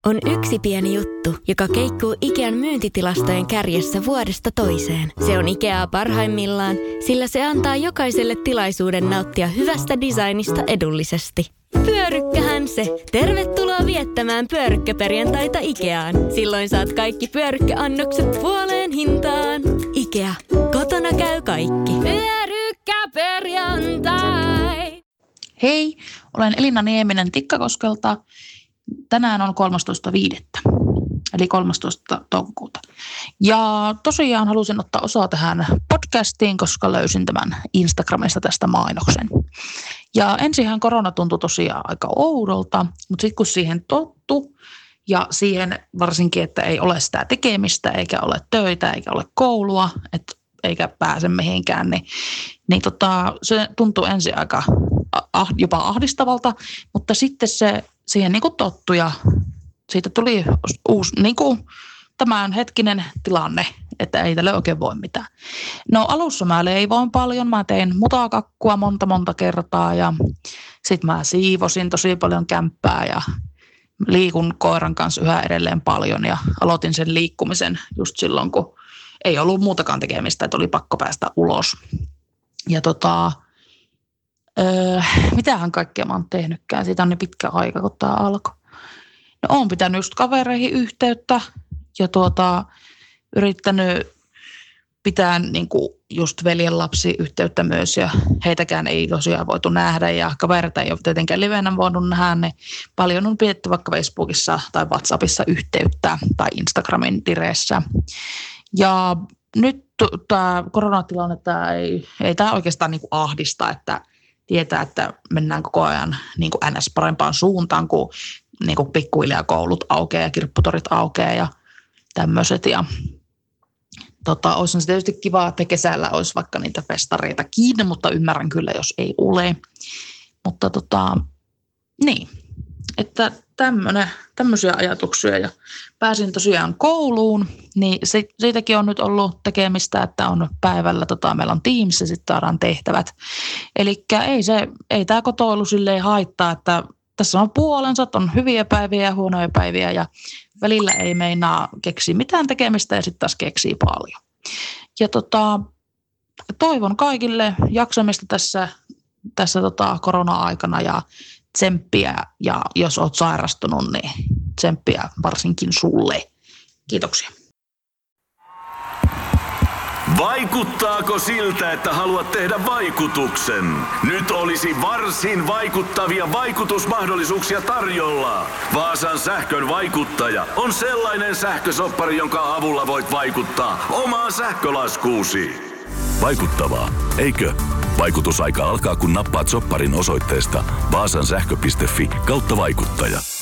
on yksi pieni juttu, joka keikkuu Ikean myyntitilastojen kärjessä vuodesta toiseen. Se on Ikeaa parhaimmillaan, sillä se antaa jokaiselle tilaisuuden nauttia hyvästä designista edullisesti. Pyörykkähän se! Tervetuloa viettämään pyörykkäperjantaita Ikeaan. Silloin saat kaikki pyörykkäannokset puoleen hintaan. Ikea. Kotona käy kaikki. Pyörykkäperjantai! Hei, olen Elina Nieminen Tikkakoskelta. Tänään on 13.5. eli 13. toukokuuta. Ja tosiaan halusin ottaa osaa tähän podcastiin, koska löysin tämän Instagramista tästä mainoksen. Ja ensinhän korona tuntui tosiaan aika oudolta, mutta sitten kun siihen tottu ja siihen varsinkin, että ei ole sitä tekemistä, eikä ole töitä, eikä ole koulua, eikä pääse mihinkään, niin se tuntui ensin aika jopa ahdistavalta, mutta sitten se siihen niin kuin tottui ja siitä tuli uusi niin kuin tämän hetkinen tilanne, että ei tälle oikein voi mitään. No alussa mä leivoin paljon, mä tein mutakakkua monta kertaa ja sitten mä siivosin tosi paljon kämppää ja liikun koiran kanssa yhä edelleen paljon ja aloitin sen liikkumisen just silloin, kun ei ollut muutakaan tekemistä, että oli pakko päästä ulos. Ja mitähän kaikkea mä oon tehnytkään, siitä on niin pitkä aika, kun tää alkoi. No oon pitänyt just kavereihin yhteyttä ja yrittänyt pitää niinku just veljen lapsi yhteyttä myös ja heitäkään ei tosiaan voitu nähdä ja kavereita ei ole tietenkään livenä voinut nähdä, niin paljon on pidetty vaikka Facebookissa tai WhatsAppissa yhteyttä tai Instagramin direissä. Ja nyt tämä koronatilanne ei tämä oikeastaan niinku ahdista, että tietää, että mennään koko ajan niinku NS parempaan suuntaan, kun niinku pikkuhiljaa koulut aukeaa ja kirpputorit aukeaa ja tämmöiset. Ja olisi se tietysti kiva, että kesällä olisi vaikka niitä festareita kiinni, mutta ymmärrän kyllä, jos ei ole. Mutta niin, että tämmöisiä ajatuksia ja pääsin tosiaan kouluun, niin siitäkin on nyt ollut tekemistä, että on päivällä, meillä on Teams ja sitten saadaan tehtävät. Eli ei tämä kotoilu silleen haittaa, että tässä on puolensa, on hyviä päiviä ja huonoja päiviä ja välillä ei meinaa keksiä mitään tekemistä ja sitten taas keksii paljon. Ja toivon kaikille jaksamista tässä korona-aikana ja tsemppiä ja jos olet sairastunut, niin tsemppiä varsinkin sulle. Kiitoksia. Vaikuttaako siltä, että haluat tehdä vaikutuksen? Nyt olisi varsin vaikuttavia vaikutusmahdollisuuksia tarjolla. Vaasan sähkön vaikuttaja on sellainen sähkösoppari, jonka avulla voit vaikuttaa omaan sähkölaskuusi. Vaikuttavaa, eikö? Vaikutusaika alkaa, kun nappaat sopparin osoitteesta vaasansähkö.fi/vaikuttaja.